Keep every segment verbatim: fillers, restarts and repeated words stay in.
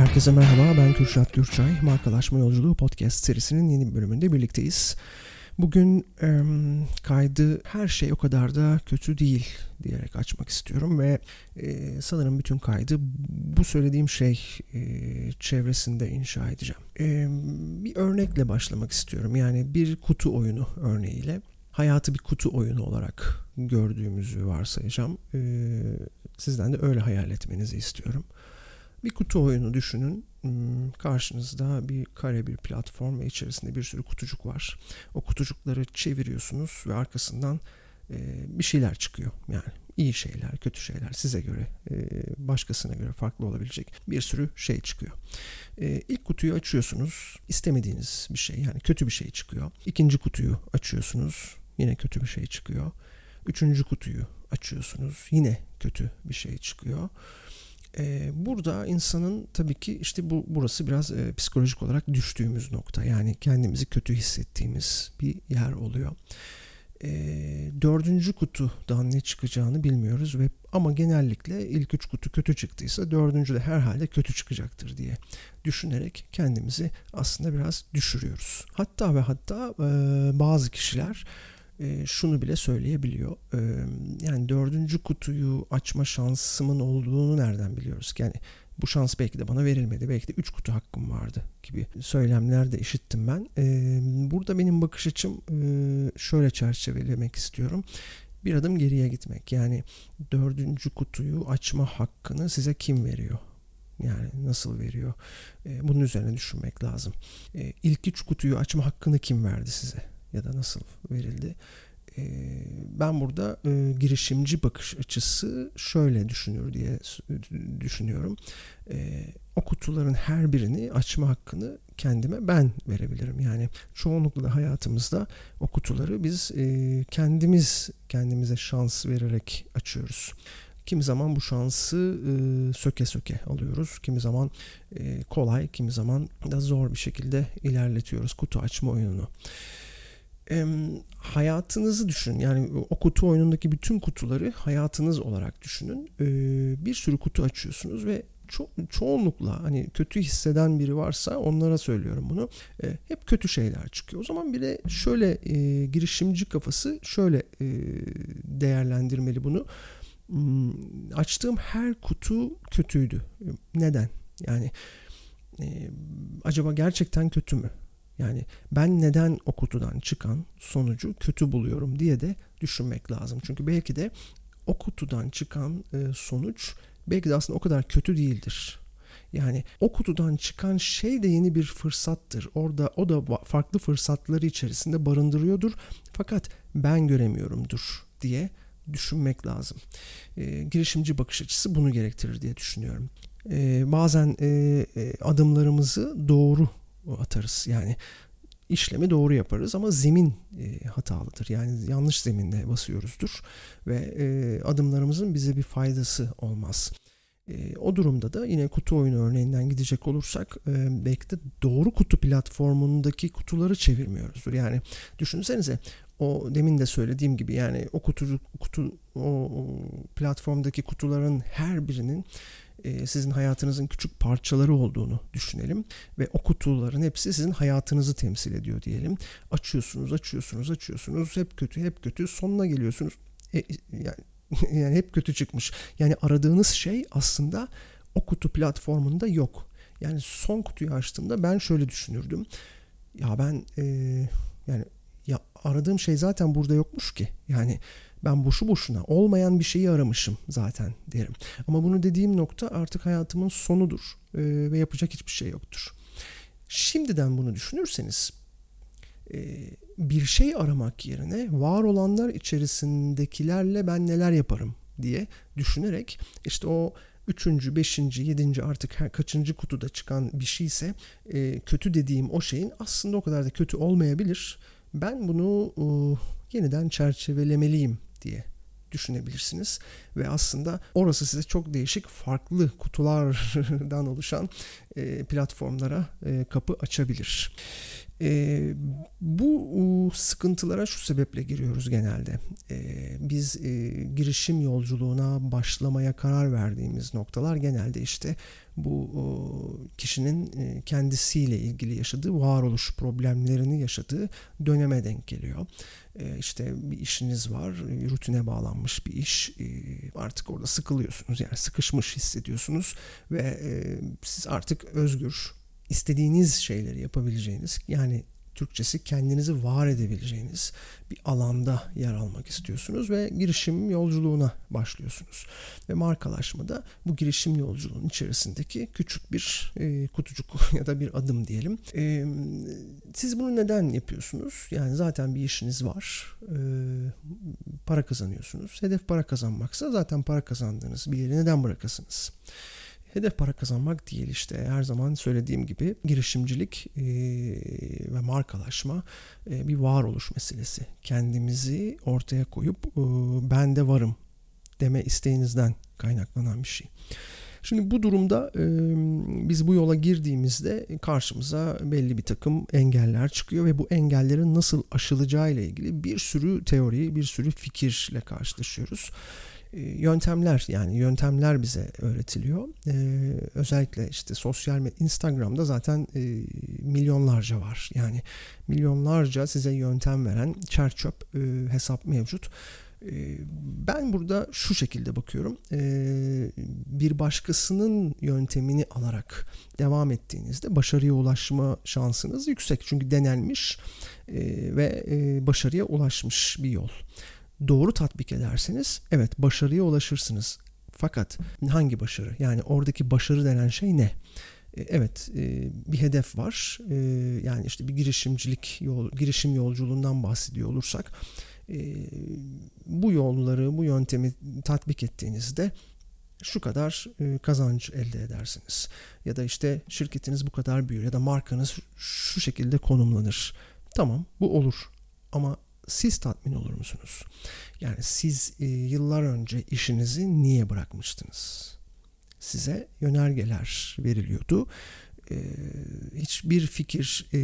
Herkese merhaba, ben Kürşat Gürçay. Markalaşma Yolculuğu podcast serisinin yeni bir bölümünde birlikteyiz. Bugün e, kaydı her şey o kadar da kötü değil diyerek açmak istiyorum ve e, sanırım bütün kaydı bu söylediğim şey e, çevresinde inşa edeceğim. E, bir örnekle başlamak istiyorum, yani bir kutu oyunu örneğiyle. Hayatı bir kutu oyunu olarak gördüğümüzü varsayacağım. E, sizden de öyle hayal etmenizi istiyorum. Bir kutu oyunu düşünün. Karşınızda bir kare bir platform ve içerisinde bir sürü kutucuk var. O kutucukları çeviriyorsunuz ve arkasından bir şeyler çıkıyor. Yani iyi şeyler, kötü şeyler, size göre, başkasına göre farklı olabilecek bir sürü şey çıkıyor. İlk kutuyu açıyorsunuz, istemediğiniz bir şey, yani kötü bir şey çıkıyor. İkinci kutuyu açıyorsunuz, yine kötü bir şey çıkıyor. Üçüncü kutuyu açıyorsunuz, yine kötü bir şey çıkıyor. Ee, burada insanın tabii ki işte bu burası biraz e, psikolojik olarak düştüğümüz nokta. Yani kendimizi kötü hissettiğimiz bir yer oluyor. Ee, dördüncü kutudan ne çıkacağını bilmiyoruz ve ama genellikle ilk üç kutu kötü çıktıysa dördüncü de herhalde kötü çıkacaktır diye düşünerek kendimizi aslında biraz düşürüyoruz. Hatta ve hatta e, bazı kişiler şunu bile söyleyebiliyor. Yani dördüncü kutuyu açma şansımın olduğunu nereden biliyoruz? Yani bu şans belki de bana verilmedi. Belki de üç kutu hakkım vardı gibi söylemler de işittim ben. Burada benim bakış açım şöyle çerçevelemek istiyorum. Bir adım geriye gitmek. Yani dördüncü kutuyu açma hakkını size kim veriyor? Yani nasıl veriyor? Bunun üzerine düşünmek lazım. İlk üç kutuyu açma hakkını kim verdi size? Ya da nasıl verildi? Ee, ben burada e, girişimci bakış açısı şöyle düşünür diye düşünüyorum. Ee, o kutuların her birini açma hakkını kendime ben verebilirim. Yani çoğunlukla hayatımızda o kutuları biz e, kendimiz kendimize şans vererek açıyoruz. Kimi zaman bu şansı e, söke söke alıyoruz. Kimi zaman e, kolay, kimi zaman da zor bir şekilde ilerletiyoruz kutu açma oyununu. E, hayatınızı düşün. Yani o kutu oyunundaki bütün kutuları hayatınız olarak düşünün. E, bir sürü kutu açıyorsunuz ve ço- çoğunlukla hani kötü hisseden biri varsa onlara söylüyorum bunu. E, hep kötü şeyler çıkıyor. O zaman bir de şöyle e, girişimci kafası şöyle e, değerlendirmeli bunu. Hmm, açtığım her kutu kötüydü. Neden? Yani e, acaba gerçekten kötü mü? Yani ben neden o kutudan çıkan sonucu kötü buluyorum diye de düşünmek lazım. Çünkü belki de o kutudan çıkan e, sonuç belki de aslında o kadar kötü değildir. Yani o kutudan çıkan şey de yeni bir fırsattır. Orada o da farklı fırsatları içerisinde barındırıyordur. Fakat ben göremiyorumdur diye düşünmek lazım. E, girişimci bakış açısı bunu gerektirir diye düşünüyorum. E, bazen e, adımlarımızı doğru atarız. Yani işlemi doğru yaparız ama zemin e, hatalıdır. Yani yanlış zeminde basıyoruzdur ve e, adımlarımızın bize bir faydası olmaz. E, o durumda da yine kutu oyunu örneğinden gidecek olursak e, belki de doğru kutu platformundaki kutuları çevirmiyoruzdur. Yani düşünsenize, o demin de söylediğim gibi, yani o kutu, kutu o, o platformdaki kutuların her birinin e, sizin hayatınızın küçük parçaları olduğunu düşünelim ve o kutuların hepsi sizin hayatınızı temsil ediyor diyelim. Açıyorsunuz, açıyorsunuz, açıyorsunuz. Hep kötü, hep kötü. Sonuna geliyorsunuz. E, yani yani hep kötü çıkmış. Yani aradığınız şey aslında o kutu platformunda yok. Yani son kutuyu açtığımda ben şöyle düşünürdüm. Ya ben e, yani ya aradığım şey zaten burada yokmuş ki. Yani ben boşu boşuna olmayan bir şeyi aramışım zaten derim. Ama bunu dediğim nokta artık hayatımın sonudur e, ve yapacak hiçbir şey yoktur. Şimdiden bunu düşünürseniz e, bir şey aramak yerine var olanlar içerisindekilerle ben neler yaparım diye düşünerek işte o üçüncü, beşinci, yedinci artık her kaçıncı kutuda çıkan bir şeyse e, kötü dediğim o şeyin aslında o kadar da kötü olmayabilir. Ben bunu e, yeniden çerçevelemeliyim diye düşünebilirsiniz ve aslında orası size çok değişik farklı kutulardan oluşan e, platformlara e, kapı açabilir. E, bu sıkıntılara şu sebeple giriyoruz genelde. E, biz e, girişim yolculuğuna başlamaya karar verdiğimiz noktalar genelde işte bu o, kişinin e, kendisiyle ilgili yaşadığı varoluş problemlerini yaşadığı döneme denk geliyor. E, işte bir işiniz var, e, rutine bağlanmış bir iş, e, artık orada sıkılıyorsunuz, yani sıkışmış hissediyorsunuz ve e, siz artık özgür, istediğiniz şeyleri yapabileceğiniz, yani Türkçesi kendinizi var edebileceğiniz bir alanda yer almak istiyorsunuz ve girişim yolculuğuna başlıyorsunuz. Ve markalaşmada bu girişim yolculuğunun içerisindeki küçük bir e, kutucuk ya da bir adım diyelim. E, siz bunu neden yapıyorsunuz? Yani zaten bir işiniz var, e, para kazanıyorsunuz. Hedef para kazanmaksa zaten para kazandığınız bir yeri neden bırakasınız? Hedef para kazanmak değil, işte her zaman söylediğim gibi girişimcilik e, ve markalaşma e, bir varoluş meselesi. Kendimizi ortaya koyup e, ben de varım deme isteğinizden kaynaklanan bir şey. Şimdi bu durumda e, biz bu yola girdiğimizde karşımıza belli bir takım engeller çıkıyor ve bu engellerin nasıl aşılacağı ile ilgili bir sürü teori, bir sürü fikirle karşılaşıyoruz. Yöntemler, yani yöntemler bize öğretiliyor. Ee, özellikle işte sosyal medya, Instagram'da zaten e, milyonlarca var. Yani milyonlarca size yöntem veren çerçöp e, hesap mevcut. E, ben burada şu şekilde bakıyorum. E, bir başkasının yöntemini alarak devam ettiğinizde başarıya ulaşma şansınız yüksek. Çünkü denenmiş e, ve e, başarıya ulaşmış bir yol. Doğru tatbik ederseniz evet başarıya ulaşırsınız. Fakat hangi başarı? Yani oradaki başarı denen şey ne? Evet, bir hedef var. Yani işte bir girişimcilik yol, girişim yolculuğundan bahsediyor olursak, bu yolları, bu yöntemi tatbik ettiğinizde şu kadar kazanç elde edersiniz. Ya da işte şirketiniz bu kadar büyür ya da markanız şu şekilde konumlanır. Tamam, bu olur. Ama siz tatmin olur musunuz? Yani siz e, yıllar önce işinizi niye bırakmıştınız? Size yönergeler veriliyordu. E, hiçbir fikir e,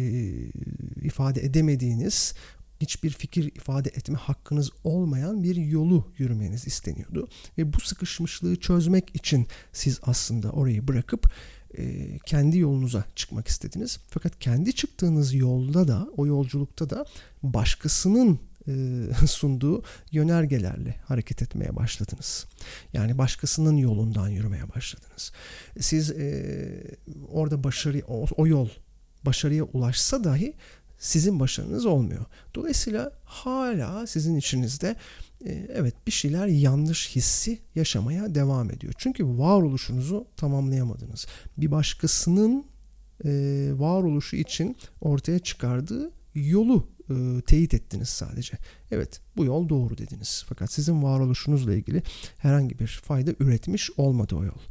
ifade edemediğiniz, hiçbir fikir ifade etme hakkınız olmayan bir yolu yürümeniz isteniyordu. Ve bu sıkışmışlığı çözmek için siz aslında orayı bırakıp e, kendi yolunuza çıkmak istediniz. Fakat kendi çıktığınız yolda da, o yolculukta da başkasının e, sunduğu yönergelerle hareket etmeye başladınız. Yani başkasının yolundan yürümeye başladınız. Siz e, orada başarı, o, o yol başarıya ulaşsa dahi sizin başarınız olmuyor. Dolayısıyla hala sizin içinizde e, evet bir şeyler yanlış hissi yaşamaya devam ediyor. Çünkü varoluşunuzu tamamlayamadınız. Bir başkasının e, varoluşu için ortaya çıkardığı yolu e, teyit ettiniz sadece. Evet, bu yol doğru dediniz. Fakat sizin varoluşunuzla ilgili herhangi bir fayda üretmiş olmadı o yol.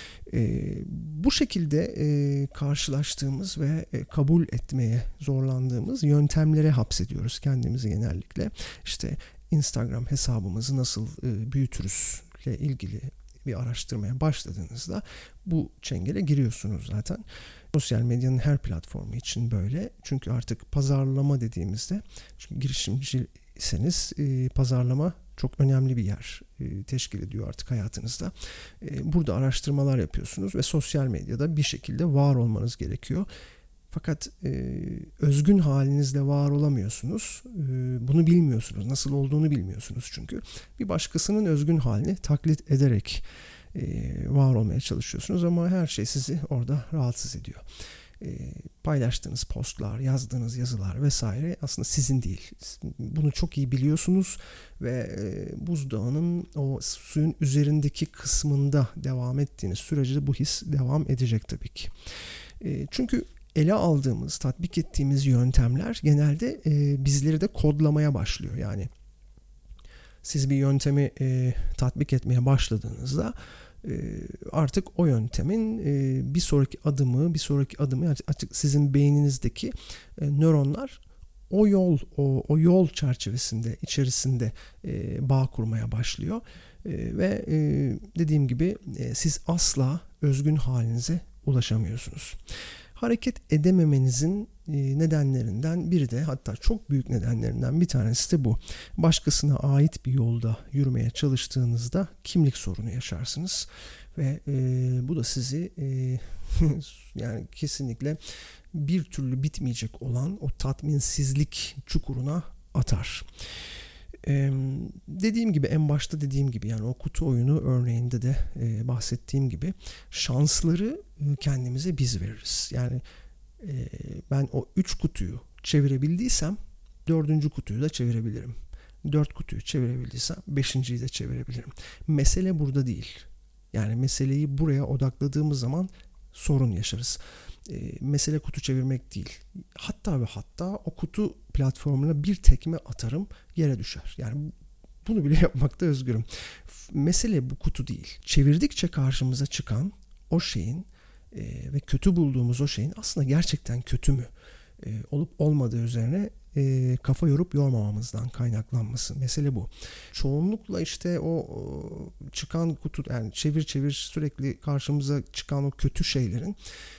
E, bu şekilde e, karşılaştığımız ve e, kabul etmeye zorlandığımız yöntemlere hapsediyoruz kendimizi genellikle. İşte Instagram hesabımızı nasıl e, büyütürüzle ilgili bir araştırmaya başladığınızda bu çengele giriyorsunuz zaten. Sosyal medyanın her platformu için böyle. Çünkü artık pazarlama dediğimizde, çünkü girişimciyseniz e, pazarlama çok önemli bir yer e, teşkil ediyor artık hayatınızda. E, burada araştırmalar yapıyorsunuz ve sosyal medyada bir şekilde var olmanız gerekiyor. Fakat e, özgün halinizle var olamıyorsunuz. E, bunu bilmiyorsunuz. Nasıl olduğunu bilmiyorsunuz çünkü. Bir başkasının özgün halini taklit ederek e, var olmaya çalışıyorsunuz ama her şey sizi orada rahatsız ediyor. E, paylaştığınız postlar, yazdığınız yazılar vesaire aslında sizin değil. Bunu çok iyi biliyorsunuz ve e, buzdağının o suyun üzerindeki kısmında devam ettiğiniz sürece bu his devam edecek tabii ki. E, çünkü ele aldığımız, tatbik ettiğimiz yöntemler genelde e, bizleri de kodlamaya başlıyor. Yani siz bir yöntemi e, tatbik etmeye başladığınızda e, artık o yöntemin e, bir sonraki adımı, bir sonraki adımı artık sizin beyninizdeki e, nöronlar o yol, o, o yol çerçevesinde, içerisinde e, bağ kurmaya başlıyor. E, ve e, dediğim gibi e, siz asla özgün halinize ulaşamıyorsunuz. Hareket edememenizin nedenlerinden biri de, hatta çok büyük nedenlerinden bir tanesi de bu. Başkasına ait bir yolda yürümeye çalıştığınızda kimlik sorunu yaşarsınız ve e, bu da sizi e, yani kesinlikle bir türlü bitmeyecek olan o tatminsizlik çukuruna atar. Ee, dediğim gibi en başta dediğim gibi yani o kutu oyunu örneğinde de e, bahsettiğim gibi şansları e, kendimize biz veririz. Yani e, ben o üç kutuyu çevirebildiysem dördüncü kutuyu da çevirebilirim. Dört kutuyu çevirebildiysem beşinciyi de çevirebilirim. Mesele burada değil. Yani meseleyi buraya odakladığımız zaman sorun yaşarız. E, mesele kutu çevirmek değil. Hatta ve hatta o kutu platformuna bir tekme atarım, yere düşer. Yani bunu bile yapmakta özgürüm. Mesele bu kutu değil. Çevirdikçe karşımıza çıkan o şeyin e, ve kötü bulduğumuz o şeyin aslında gerçekten kötü mü e, olup olmadığı üzerine e, kafa yorup yormamamızdan kaynaklanması. Mesele bu. Çoğunlukla işte o, o çıkan kutu, yani çevir çevir sürekli karşımıza çıkan o kötü şeylerin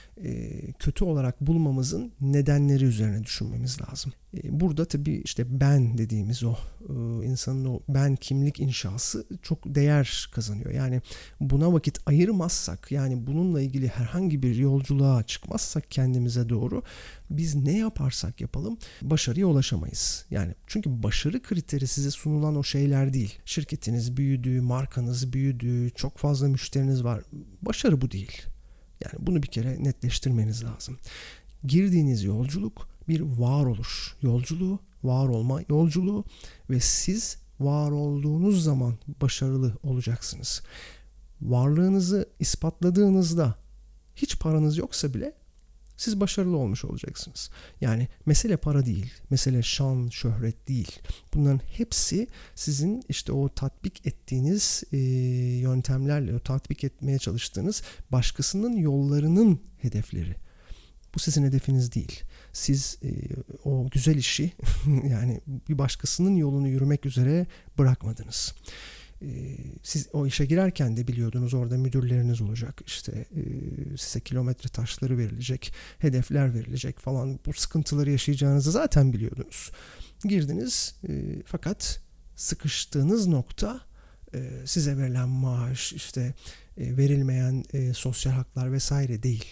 kötü olarak bulmamızın nedenleri üzerine düşünmemiz lazım. Burada tabii işte ben dediğimiz o insanın o ben kimlik inşası çok değer kazanıyor. Yani buna vakit ayırmazsak, yani bununla ilgili herhangi bir yolculuğa çıkmazsak kendimize doğru, biz ne yaparsak yapalım başarıya ulaşamayız. Yani çünkü başarı kriteri size sunulan o şeyler değil. Şirketiniz büyüdü, markanız büyüdü, çok fazla müşteriniz var. Başarı bu değil. Yani bunu bir kere netleştirmeniz lazım. Girdiğiniz yolculuk bir varoluş yolculuğu, var olma yolculuğu ve siz var olduğunuz zaman başarılı olacaksınız. Varlığınızı ispatladığınızda hiç paranız yoksa bile siz başarılı olmuş olacaksınız. Yani mesele para değil, mesele şan, şöhret değil. Bunların hepsi sizin işte o tatbik ettiğiniz e, yöntemlerle, o tatbik etmeye çalıştığınız başkasının yollarının hedefleri. Bu sizin hedefiniz değil. Siz e, o güzel işi yani bir başkasının yolunu yürümek üzere bırakmadınız. Siz o işe girerken de biliyordunuz orada müdürleriniz olacak, işte size kilometre taşları verilecek, hedefler verilecek falan, bu sıkıntıları yaşayacağınızı zaten biliyordunuz. Girdiniz fakat sıkıştığınız nokta size verilen maaş, işte verilmeyen sosyal haklar vesaire değil.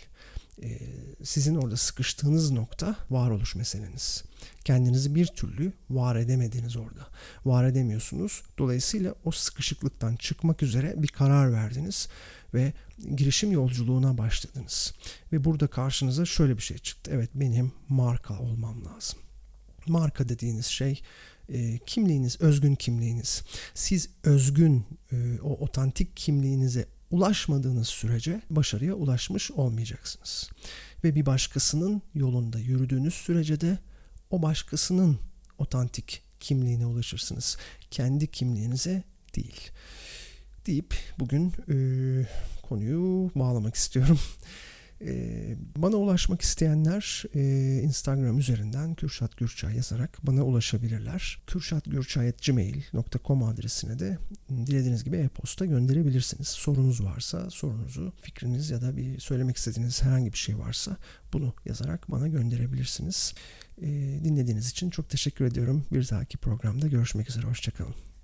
Sizin orada sıkıştığınız nokta varoluş meseleniz. Kendinizi bir türlü var edemediniz orada. Var edemiyorsunuz. Dolayısıyla o sıkışıklıktan çıkmak üzere bir karar verdiniz ve girişim yolculuğuna başladınız. Ve burada karşınıza şöyle bir şey çıktı. Evet, benim marka olmam lazım. Marka dediğiniz şey e, kimliğiniz, özgün kimliğiniz. Siz özgün, e, o otantik kimliğinize ulaşmadığınız sürece başarıya ulaşmış olmayacaksınız. Ve bir başkasının yolunda yürüdüğünüz sürece de o başkasının otantik kimliğine ulaşırsınız. Kendi kimliğinize değil. Deyip bugün e, konuyu bağlamak istiyorum. E, bana ulaşmak isteyenler e, Instagram üzerinden Kürşat Gürçay yazarak bana ulaşabilirler. kürşatgürçay at gmail nokta com adresine de dilediğiniz gibi e-posta gönderebilirsiniz. Sorunuz varsa sorunuzu, fikriniz ya da bir söylemek istediğiniz herhangi bir şey varsa bunu yazarak bana gönderebilirsiniz. E, dinlediğiniz için çok teşekkür ediyorum. Bir dahaki programda görüşmek üzere. Hoşçakalın.